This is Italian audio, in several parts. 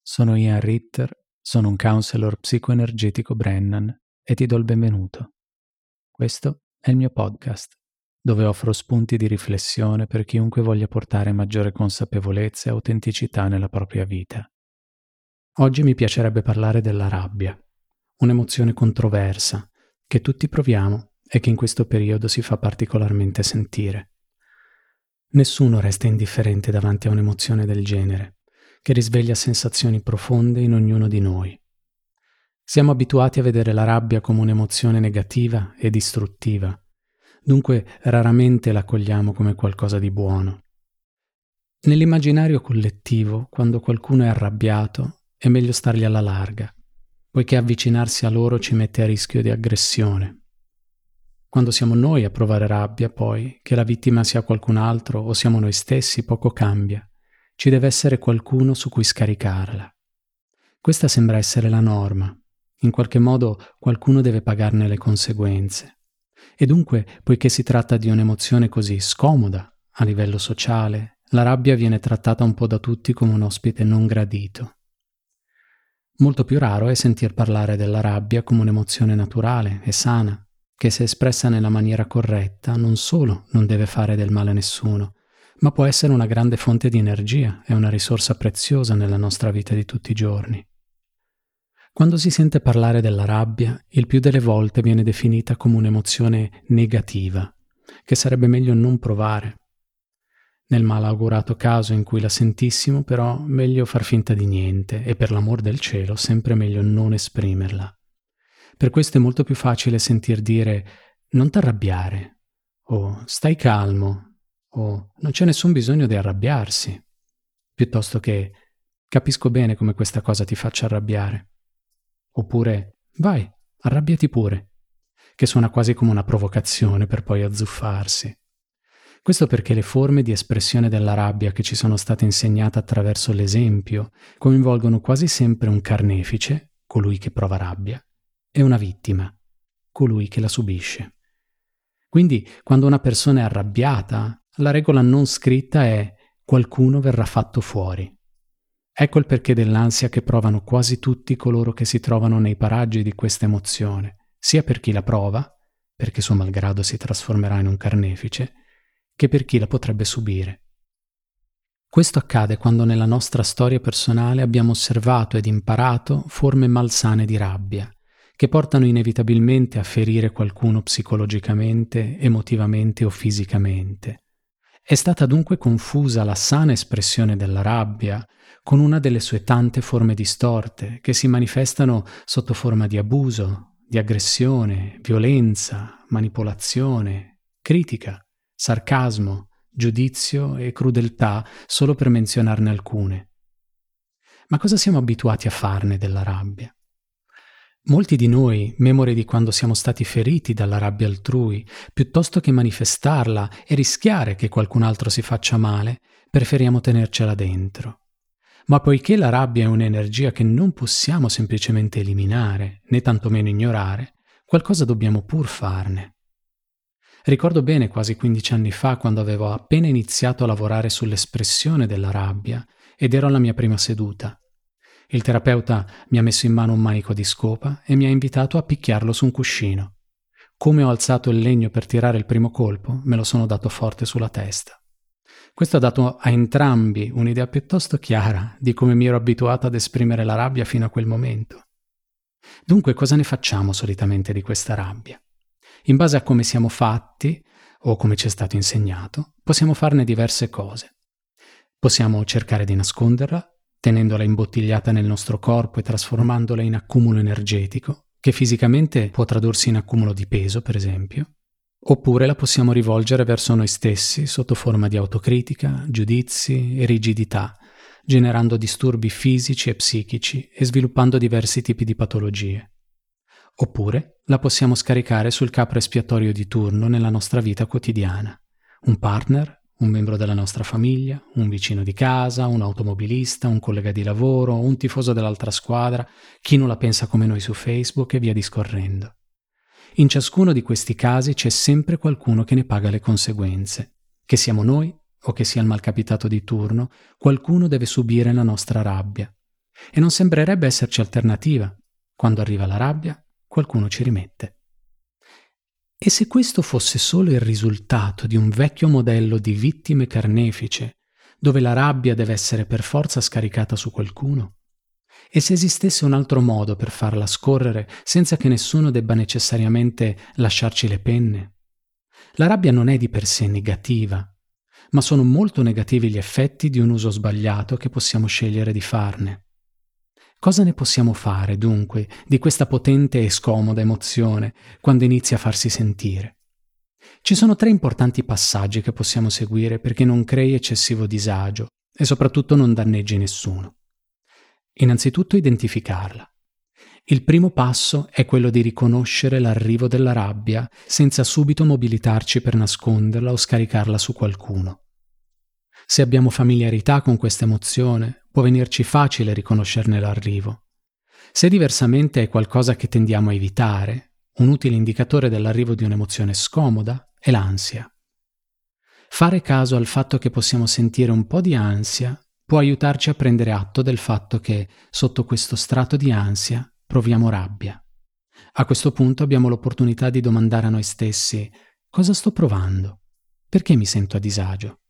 Sono Ian Ritter, sono un counselor psicoenergetico Brennan e ti do il benvenuto. Questo è il mio podcast, dove offro spunti di riflessione per chiunque voglia portare maggiore consapevolezza e autenticità nella propria vita. Oggi mi piacerebbe parlare della rabbia, un'emozione controversa che tutti proviamo e che in questo periodo si fa particolarmente sentire. Nessuno resta indifferente davanti a un'emozione del genere, che risveglia sensazioni profonde in ognuno di noi. Siamo abituati a vedere la rabbia come un'emozione negativa e distruttiva, dunque raramente la cogliamo come qualcosa di buono. Nell'immaginario collettivo, quando qualcuno è arrabbiato, è meglio stargli alla larga, poiché avvicinarsi a loro ci mette a rischio di aggressione. Quando siamo noi a provare rabbia, poi, che la vittima sia qualcun altro o siamo noi stessi, poco cambia. Ci deve essere qualcuno su cui scaricarla. Questa sembra essere la norma. In qualche modo qualcuno deve pagarne le conseguenze. E dunque, poiché si tratta di un'emozione così scomoda a livello sociale, la rabbia viene trattata un po' da tutti come un ospite non gradito. Molto più raro è sentir parlare della rabbia come un'emozione naturale e sana, che se espressa nella maniera corretta non solo non deve fare del male a nessuno, ma può essere una grande fonte di energia e una risorsa preziosa nella nostra vita di tutti i giorni. Quando si sente parlare della rabbia, il più delle volte viene definita come un'emozione negativa, che sarebbe meglio non provare. Nel malaugurato caso in cui la sentissimo, però, meglio far finta di niente e per l'amor del cielo sempre meglio non esprimerla. Per questo è molto più facile sentir dire «non t'arrabbiare» o «stai calmo» o «non c'è nessun bisogno di arrabbiarsi», piuttosto che «capisco bene come questa cosa ti faccia arrabbiare», oppure «vai, arrabbiati pure», che suona quasi come una provocazione per poi azzuffarsi. Questo perché le forme di espressione della rabbia che ci sono state insegnate attraverso l'esempio coinvolgono quasi sempre un carnefice, colui che prova rabbia, e una vittima, colui che la subisce. Quindi, quando una persona è arrabbiata, la regola non scritta è «qualcuno verrà fatto fuori». Ecco il perché dell'ansia che provano quasi tutti coloro che si trovano nei paraggi di questa emozione, sia per chi la prova, perché suo malgrado si trasformerà in un carnefice, che per chi la potrebbe subire. Questo accade quando nella nostra storia personale abbiamo osservato ed imparato forme malsane di rabbia, che portano inevitabilmente a ferire qualcuno psicologicamente, emotivamente o fisicamente. È stata dunque confusa la sana espressione della rabbia con una delle sue tante forme distorte che si manifestano sotto forma di abuso, di aggressione, violenza, manipolazione, critica, sarcasmo, giudizio e crudeltà, solo per menzionarne alcune. Ma cosa siamo abituati a farne della rabbia? Molti di noi, memori di quando siamo stati feriti dalla rabbia altrui, piuttosto che manifestarla e rischiare che qualcun altro si faccia male, preferiamo tenercela dentro. Ma poiché la rabbia è un'energia che non possiamo semplicemente eliminare, né tantomeno ignorare, qualcosa dobbiamo pur farne. Ricordo bene quasi 15 anni fa quando avevo appena iniziato a lavorare sull'espressione della rabbia ed ero alla mia prima seduta. Il terapeuta mi ha messo in mano un manico di scopa e mi ha invitato a picchiarlo su un cuscino. Come ho alzato il legno per tirare il primo colpo, me lo sono dato forte sulla testa. Questo ha dato a entrambi un'idea piuttosto chiara di come mi ero abituato ad esprimere la rabbia fino a quel momento. Dunque, cosa ne facciamo solitamente di questa rabbia? In base a come siamo fatti, o come ci è stato insegnato, possiamo farne diverse cose. Possiamo cercare di nasconderla, tenendola imbottigliata nel nostro corpo e trasformandola in accumulo energetico, che fisicamente può tradursi in accumulo di peso, per esempio, oppure la possiamo rivolgere verso noi stessi sotto forma di autocritica, giudizi e rigidità, generando disturbi fisici e psichici e sviluppando diversi tipi di patologie. Oppure la possiamo scaricare sul capro espiatorio di turno nella nostra vita quotidiana, un partner, un membro della nostra famiglia, un vicino di casa, un automobilista, un collega di lavoro, un tifoso dell'altra squadra, chi non la pensa come noi su Facebook e via discorrendo. In ciascuno di questi casi c'è sempre qualcuno che ne paga le conseguenze. Che siamo noi o che sia il malcapitato di turno, qualcuno deve subire la nostra rabbia. E non sembrerebbe esserci alternativa. Quando arriva la rabbia, qualcuno ci rimette. E se questo fosse solo il risultato di un vecchio modello di vittime carnefice, dove la rabbia deve essere per forza scaricata su qualcuno? E se esistesse un altro modo per farla scorrere senza che nessuno debba necessariamente lasciarci le penne? La rabbia non è di per sé negativa, ma sono molto negativi gli effetti di un uso sbagliato che possiamo scegliere di farne. Cosa ne possiamo fare, dunque, di questa potente e scomoda emozione quando inizia a farsi sentire? Ci sono 3 importanti passaggi che possiamo seguire perché non crei eccessivo disagio e soprattutto non danneggi nessuno. Innanzitutto identificarla. Il primo passo è quello di riconoscere l'arrivo della rabbia senza subito mobilitarci per nasconderla o scaricarla su qualcuno. Se abbiamo familiarità con questa emozione, può venirci facile riconoscerne l'arrivo. Se diversamente è qualcosa che tendiamo a evitare, un utile indicatore dell'arrivo di un'emozione scomoda è l'ansia. Fare caso al fatto che possiamo sentire un po' di ansia può aiutarci a prendere atto del fatto che, sotto questo strato di ansia, proviamo rabbia. A questo punto abbiamo l'opportunità di domandare a noi stessi: cosa sto provando? Perché mi sento a disagio?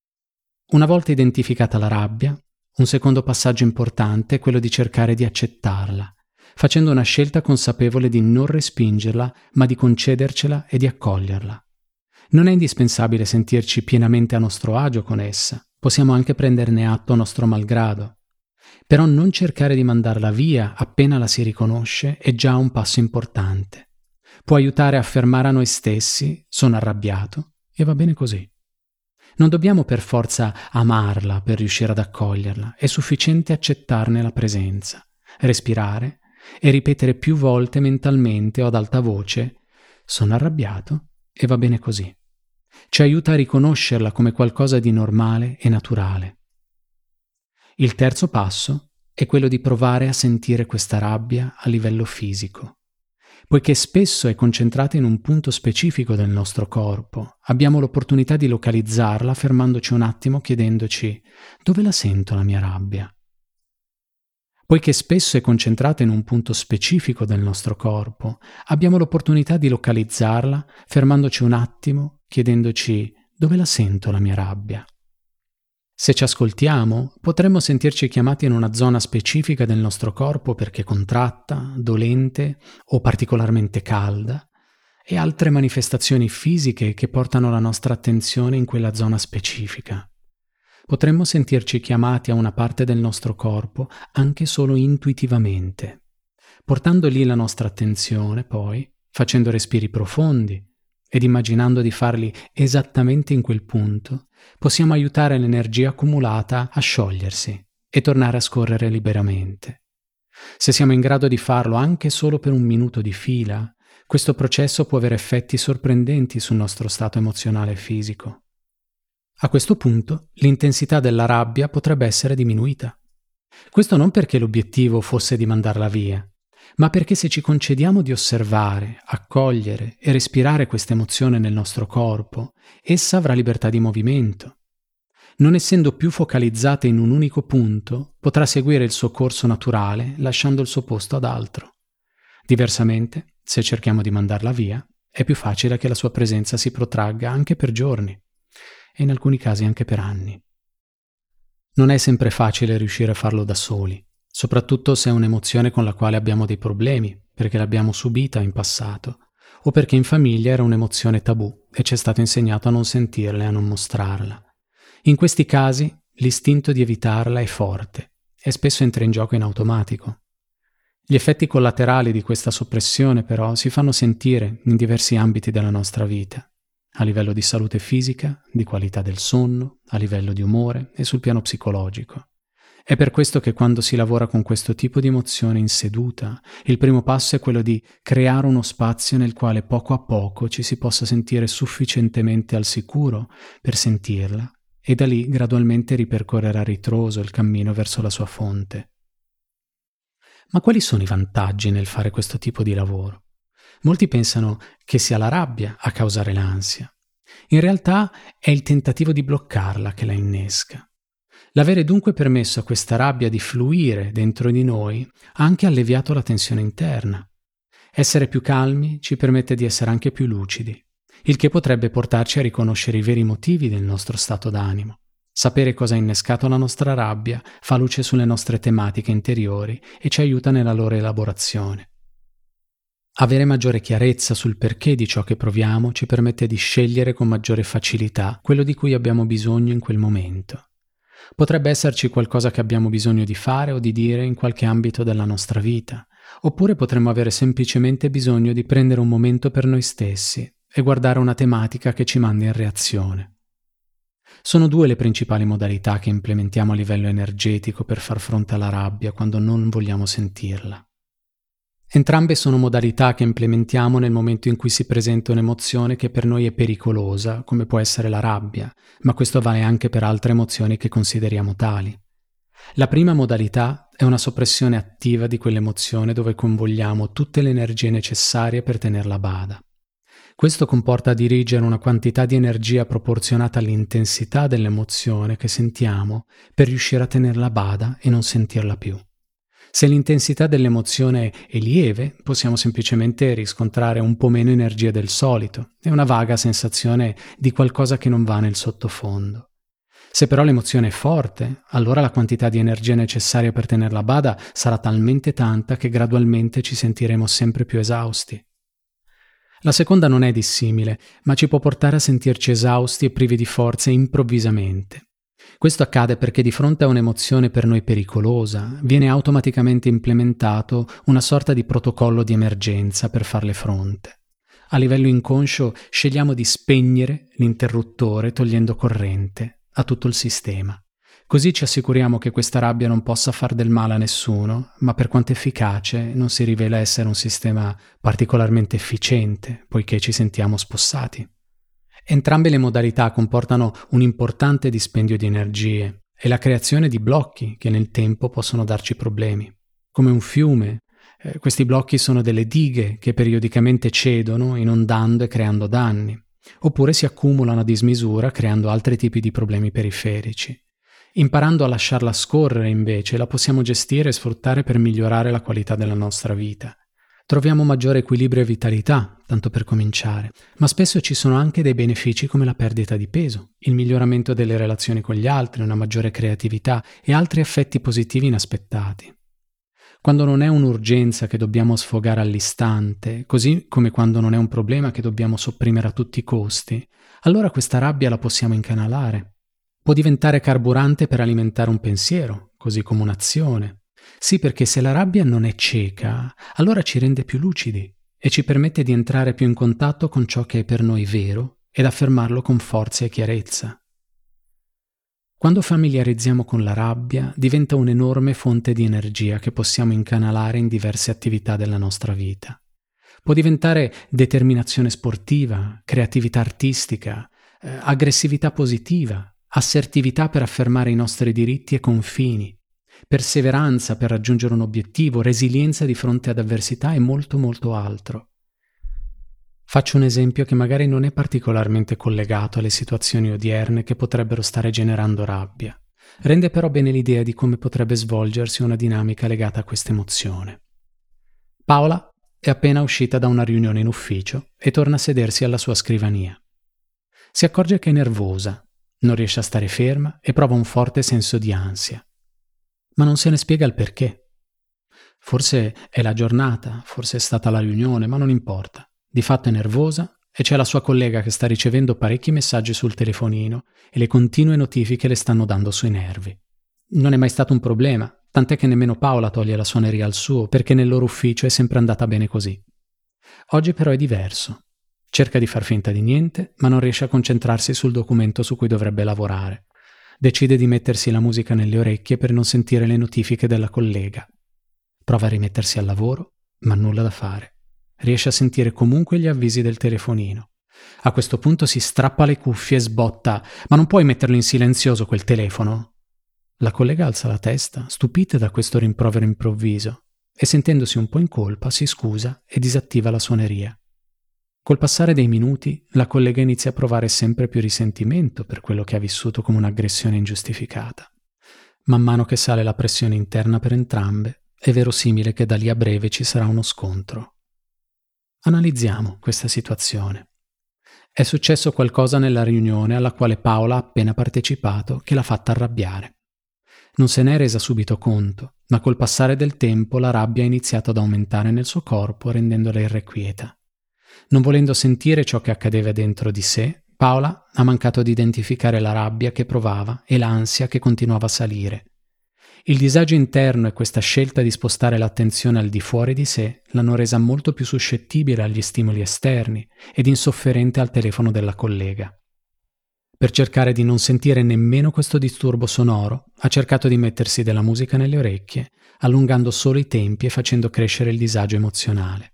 Una volta identificata la rabbia, un secondo passaggio importante è quello di cercare di accettarla, facendo una scelta consapevole di non respingerla, ma di concedercela e di accoglierla. Non è indispensabile sentirci pienamente a nostro agio con essa, possiamo anche prenderne atto a nostro malgrado. Però non cercare di mandarla via appena la si riconosce è già un passo importante. Può aiutare a affermare a noi stessi: sono arrabbiato e va bene così. Non dobbiamo per forza amarla per riuscire ad accoglierla, è sufficiente accettarne la presenza, respirare e ripetere più volte mentalmente o ad alta voce: sono arrabbiato e va bene così. Ci aiuta a riconoscerla come qualcosa di normale e naturale. Il terzo passo è quello di provare a sentire questa rabbia a livello fisico. Poiché spesso è concentrata in un punto specifico del nostro corpo, abbiamo l'opportunità di localizzarla fermandoci un attimo chiedendoci: dove la sento la mia rabbia? Poiché spesso è concentrata in un punto specifico del nostro corpo, abbiamo l'opportunità di localizzarla fermandoci un attimo chiedendoci: dove la sento la mia rabbia? Se ci ascoltiamo, potremmo sentirci chiamati in una zona specifica del nostro corpo perché contratta, dolente o particolarmente calda, e altre manifestazioni fisiche che portano la nostra attenzione in quella zona specifica. Potremmo sentirci chiamati a una parte del nostro corpo anche solo intuitivamente, portando lì la nostra attenzione, poi, facendo respiri profondi ed immaginando di farli esattamente in quel punto, possiamo aiutare l'energia accumulata a sciogliersi e tornare a scorrere liberamente. Se siamo in grado di farlo anche solo per un minuto di fila, questo processo può avere effetti sorprendenti sul nostro stato emozionale e fisico. A questo punto, l'intensità della rabbia potrebbe essere diminuita. Questo non perché l'obiettivo fosse di mandarla via, ma perché se ci concediamo di osservare, accogliere e respirare questa emozione nel nostro corpo, essa avrà libertà di movimento. Non essendo più focalizzata in un unico punto, potrà seguire il suo corso naturale lasciando il suo posto ad altro. Diversamente, se cerchiamo di mandarla via, è più facile che la sua presenza si protragga anche per giorni e in alcuni casi anche per anni. Non è sempre facile riuscire a farlo da soli, soprattutto se è un'emozione con la quale abbiamo dei problemi, perché l'abbiamo subita in passato, o perché in famiglia era un'emozione tabù e ci è stato insegnato a non sentirla e a non mostrarla. In questi casi l'istinto di evitarla è forte e spesso entra in gioco in automatico. Gli effetti collaterali di questa soppressione però si fanno sentire in diversi ambiti della nostra vita, a livello di salute fisica, di qualità del sonno, a livello di umore e sul piano psicologico. È per questo che quando si lavora con questo tipo di emozione in seduta, il primo passo è quello di creare uno spazio nel quale poco a poco ci si possa sentire sufficientemente al sicuro per sentirla e da lì gradualmente ripercorrere a ritroso il cammino verso la sua fonte. Ma quali sono i vantaggi nel fare questo tipo di lavoro? Molti pensano che sia la rabbia a causare l'ansia. In realtà è il tentativo di bloccarla che la innesca. L'avere dunque permesso a questa rabbia di fluire dentro di noi ha anche alleviato la tensione interna. Essere più calmi ci permette di essere anche più lucidi, il che potrebbe portarci a riconoscere i veri motivi del nostro stato d'animo. Sapere cosa ha innescato la nostra rabbia fa luce sulle nostre tematiche interiori e ci aiuta nella loro elaborazione. Avere maggiore chiarezza sul perché di ciò che proviamo ci permette di scegliere con maggiore facilità quello di cui abbiamo bisogno in quel momento. Potrebbe esserci qualcosa che abbiamo bisogno di fare o di dire in qualche ambito della nostra vita, oppure potremmo avere semplicemente bisogno di prendere un momento per noi stessi e guardare una tematica che ci manda in reazione. Sono 2 le principali modalità che implementiamo a livello energetico per far fronte alla rabbia quando non vogliamo sentirla. Entrambe sono modalità che implementiamo nel momento in cui si presenta un'emozione che per noi è pericolosa, come può essere la rabbia, ma questo vale anche per altre emozioni che consideriamo tali. La prima modalità è una soppressione attiva di quell'emozione dove convogliamo tutte le energie necessarie per tenerla a bada. Questo comporta dirigere una quantità di energia proporzionata all'intensità dell'emozione che sentiamo per riuscire a tenerla a bada e non sentirla più. Se l'intensità dell'emozione è lieve, possiamo semplicemente riscontrare un po' meno energia del solito e una vaga sensazione di qualcosa che non va nel sottofondo. Se però l'emozione è forte, allora la quantità di energia necessaria per tenerla a bada sarà talmente tanta che gradualmente ci sentiremo sempre più esausti. La seconda non è dissimile, ma ci può portare a sentirci esausti e privi di forze improvvisamente. Questo accade perché di fronte a un'emozione per noi pericolosa viene automaticamente implementato una sorta di protocollo di emergenza per farle fronte. A livello inconscio scegliamo di spegnere l'interruttore togliendo corrente a tutto il sistema. Così ci assicuriamo che questa rabbia non possa far del male a nessuno, ma per quanto efficace non si rivela essere un sistema particolarmente efficiente, poiché ci sentiamo spossati. Entrambe le modalità comportano un importante dispendio di energie e la creazione di blocchi che nel tempo possono darci problemi. Come un fiume, questi blocchi sono delle dighe che periodicamente cedono, inondando e creando danni, oppure si accumulano a dismisura creando altri tipi di problemi periferici. Imparando a lasciarla scorrere, invece, la possiamo gestire e sfruttare per migliorare la qualità della nostra vita. Troviamo maggiore equilibrio e vitalità, tanto per cominciare, ma spesso ci sono anche dei benefici come la perdita di peso, il miglioramento delle relazioni con gli altri, una maggiore creatività e altri effetti positivi inaspettati. Quando non è un'urgenza che dobbiamo sfogare all'istante, così come quando non è un problema che dobbiamo sopprimere a tutti i costi, allora questa rabbia la possiamo incanalare. Può diventare carburante per alimentare un pensiero, così come un'azione. Sì, perché se la rabbia non è cieca, allora ci rende più lucidi e ci permette di entrare più in contatto con ciò che è per noi vero ed affermarlo con forza e chiarezza. Quando familiarizziamo con la rabbia, diventa un'enorme fonte di energia che possiamo incanalare in diverse attività della nostra vita. Può diventare determinazione sportiva, creatività artistica, aggressività positiva, assertività per affermare i nostri diritti e confini, perseveranza per raggiungere un obiettivo, resilienza di fronte ad avversità e molto molto altro. Faccio un esempio che magari non è particolarmente collegato alle situazioni odierne che potrebbero stare generando rabbia. Rende però bene l'idea di come potrebbe svolgersi una dinamica legata a questa emozione. Paola è appena uscita da una riunione in ufficio e torna a sedersi alla sua scrivania. Si accorge che è nervosa, non riesce a stare ferma e prova un forte senso di ansia. Ma non se ne spiega il perché. Forse è la giornata, forse è stata la riunione, ma non importa. Di fatto è nervosa e c'è la sua collega che sta ricevendo parecchi messaggi sul telefonino e le continue notifiche le stanno dando sui nervi. Non è mai stato un problema, tant'è che nemmeno Paola toglie la suoneria al suo, perché nel loro ufficio è sempre andata bene così. Oggi però è diverso. Cerca di far finta di niente, ma non riesce a concentrarsi sul documento su cui dovrebbe lavorare. Decide di mettersi la musica nelle orecchie per non sentire le notifiche della collega. Prova a rimettersi al lavoro, ma nulla da fare. Riesce a sentire comunque gli avvisi del telefonino. A questo punto si strappa le cuffie e sbotta: «Ma non puoi metterlo in silenzioso quel telefono?» La collega alza la testa, stupita da questo rimprovero improvviso, e sentendosi un po' in colpa si scusa e disattiva la suoneria. Col passare dei minuti, la collega inizia a provare sempre più risentimento per quello che ha vissuto come un'aggressione ingiustificata. Man mano che sale la pressione interna per entrambe, è verosimile che da lì a breve ci sarà uno scontro. Analizziamo questa situazione. È successo qualcosa nella riunione alla quale Paola ha appena partecipato che l'ha fatta arrabbiare. Non se n'è resa subito conto, ma col passare del tempo la rabbia ha iniziato ad aumentare nel suo corpo, rendendola irrequieta. Non volendo sentire ciò che accadeva dentro di sé, Paola ha mancato di identificare la rabbia che provava e l'ansia che continuava a salire. Il disagio interno e questa scelta di spostare l'attenzione al di fuori di sé l'hanno resa molto più suscettibile agli stimoli esterni ed insofferente al telefono della collega. Per cercare di non sentire nemmeno questo disturbo sonoro, ha cercato di mettersi della musica nelle orecchie, allungando solo i tempi e facendo crescere il disagio emozionale.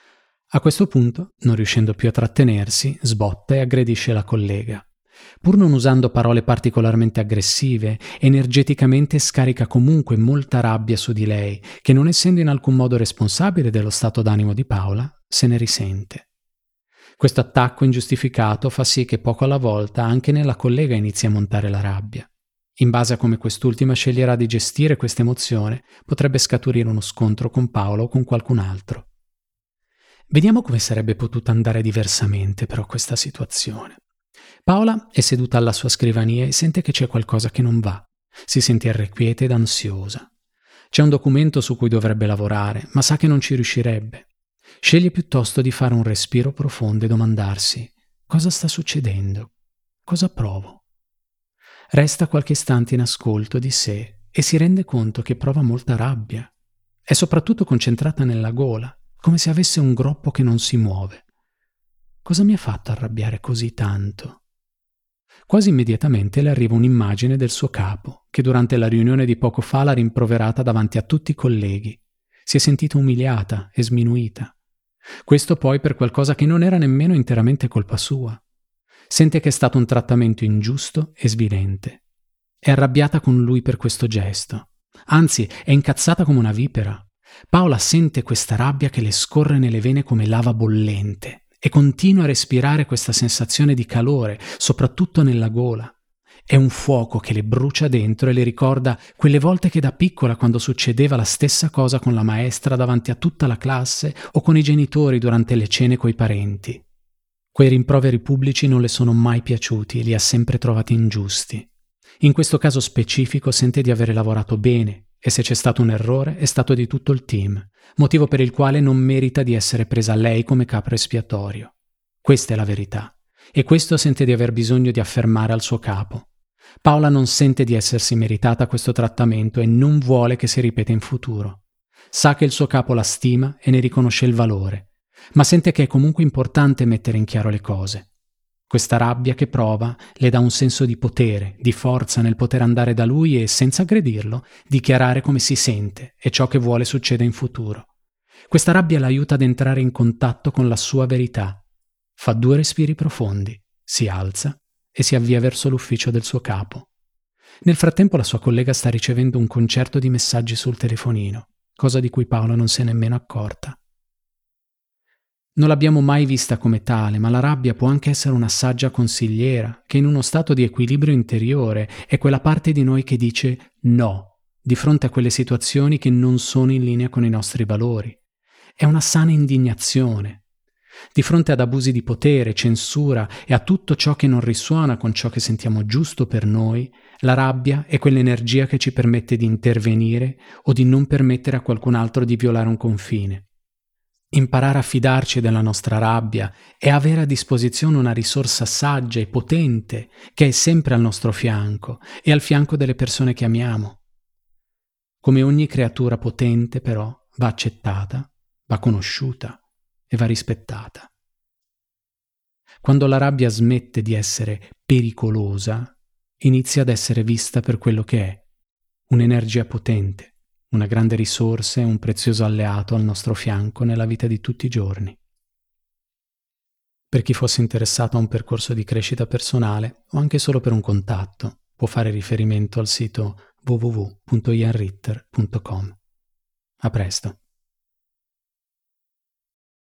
A questo punto, non riuscendo più a trattenersi, sbotta e aggredisce la collega. Pur non usando parole particolarmente aggressive, energeticamente scarica comunque molta rabbia su di lei, che non essendo in alcun modo responsabile dello stato d'animo di Paola, se ne risente. Questo attacco ingiustificato fa sì che poco alla volta anche nella collega inizi a montare la rabbia. In base a come quest'ultima sceglierà di gestire questa emozione, potrebbe scaturire uno scontro con Paola o con qualcun altro. Vediamo come sarebbe potuta andare diversamente però questa situazione. Paola è seduta alla sua scrivania e sente che c'è qualcosa che non va. Si sente irrequieta ed ansiosa. C'è un documento su cui dovrebbe lavorare, ma sa che non ci riuscirebbe. Sceglie piuttosto di fare un respiro profondo e domandarsi: cosa sta succedendo? Cosa provo? Resta qualche istante in ascolto di sé e si rende conto che prova molta rabbia. È soprattutto concentrata nella gola, come se avesse un groppo che non si muove. Cosa mi ha fatto arrabbiare così tanto? Quasi immediatamente le arriva un'immagine del suo capo, che durante la riunione di poco fa l'ha rimproverata davanti a tutti i colleghi. Si è sentita umiliata e sminuita. Questo poi per qualcosa che non era nemmeno interamente colpa sua. Sente che è stato un trattamento ingiusto e svilente. È arrabbiata con lui per questo gesto. Anzi, è incazzata come una vipera. Paola sente questa rabbia che le scorre nelle vene come lava bollente e continua a respirare questa sensazione di calore, soprattutto nella gola. È un fuoco che le brucia dentro e le ricorda quelle volte che da piccola, quando succedeva la stessa cosa con la maestra davanti a tutta la classe o con i genitori durante le cene coi parenti. Quei rimproveri pubblici non le sono mai piaciuti e li ha sempre trovati ingiusti. In questo caso specifico sente di avere lavorato bene e se c'è stato un errore è stato di tutto il team, motivo per il quale non merita di essere presa lei come capro espiatorio. Questa è la verità e questo sente di aver bisogno di affermare al suo capo. Paola non sente di essersi meritata questo trattamento e non vuole che si ripeta in futuro. Sa che il suo capo la stima e ne riconosce il valore, ma sente che è comunque importante mettere in chiaro le cose. Questa rabbia che prova le dà un senso di potere, di forza nel poter andare da lui e, senza aggredirlo, dichiarare come si sente e ciò che vuole succeda in futuro. Questa rabbia l'aiuta ad entrare in contatto con la sua verità. Fa 2 respiri profondi, si alza e si avvia verso l'ufficio del suo capo. Nel frattempo la sua collega sta ricevendo un concerto di messaggi sul telefonino, cosa di cui Paola non si è nemmeno accorta. Non l'abbiamo mai vista come tale, ma la rabbia può anche essere una saggia consigliera, che in uno stato di equilibrio interiore è quella parte di noi che dice no, di fronte a quelle situazioni che non sono in linea con i nostri valori. È una sana indignazione. Di fronte ad abusi di potere, censura e a tutto ciò che non risuona con ciò che sentiamo giusto per noi, la rabbia è quell'energia che ci permette di intervenire o di non permettere a qualcun altro di violare un confine. Imparare a fidarci della nostra rabbia e avere a disposizione una risorsa saggia e potente che è sempre al nostro fianco e al fianco delle persone che amiamo. Come ogni creatura potente, però, va accettata, va conosciuta e va rispettata. Quando la rabbia smette di essere pericolosa, inizia ad essere vista per quello che è, un'energia potente, una grande risorsa e un prezioso alleato al nostro fianco nella vita di tutti i giorni. Per chi fosse interessato a un percorso di crescita personale o anche solo per un contatto, può fare riferimento al sito www.ianritter.com. A presto.